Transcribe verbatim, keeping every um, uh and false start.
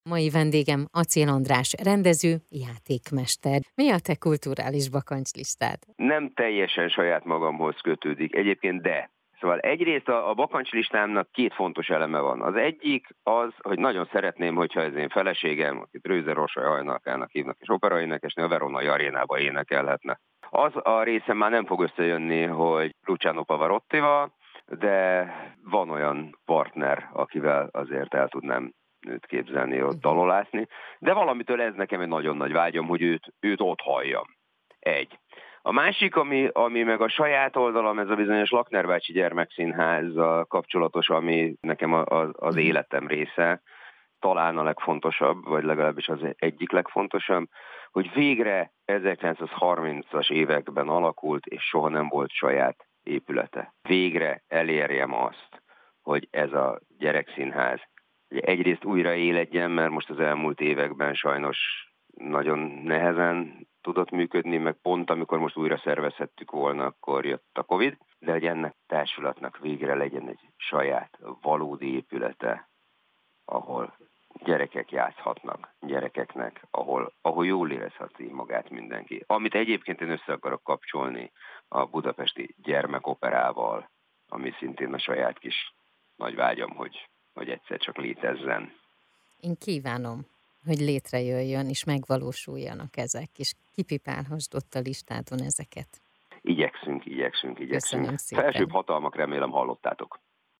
Mai vendégem Acél András, rendező, játékmester. Mi a te kulturális bakancslistád? Nem teljesen saját magamhoz kötődik, egyébként de. Szóval egyrészt a, a bakancslistámnak két fontos eleme van. Az egyik az, hogy nagyon szeretném, hogyha ez én feleségem, akit Rőze Rorsaj Hajnalkának hívnak, és operaénekesnő, a Veronai Arénába énekelhetne. Az a része már nem fog összejönni, hogy Luciano Pavarottival, de van olyan partner, akivel azért el tudnám őt képzelni, ott dalolászni, de valamitől ez nekem egy nagyon nagy vágyom, hogy őt, őt ott halljam. Egy. A másik, ami, ami meg a saját oldalam, ez a bizonyos Lakner bácsi gyermekszínházzal kapcsolatos, ami nekem a, a, az életem része, talán a legfontosabb, vagy legalábbis az egyik legfontosabb, hogy végre ezerkilencszázharmincas években alakult, és soha nem volt saját épülete. Végre elérjem azt, hogy ez a gyerekszínház egyrészt újra éledjen, mert most az elmúlt években sajnos nagyon nehezen tudott működni, meg pont amikor most újra szervezhettük volna, akkor jött a Covid, de hogy ennek társulatnak végre legyen egy saját, valódi épülete, ahol gyerekek játszhatnak gyerekeknek, ahol, ahol jól érezheti magát mindenki. Amit egyébként én össze akarok kapcsolni a budapesti gyermekoperával, ami szintén a saját kis nagy vágyam, hogy, hogy egyszer csak létezzen. Én kívánom, hogy létrejöjjön és megvalósuljanak ezek, és kipipálhassd ott a listádon ezeket. Igyekszünk, igyekszünk, igyekszünk. Köszönöm szépen. Felsőbb hatalmak, remélem hallottátok.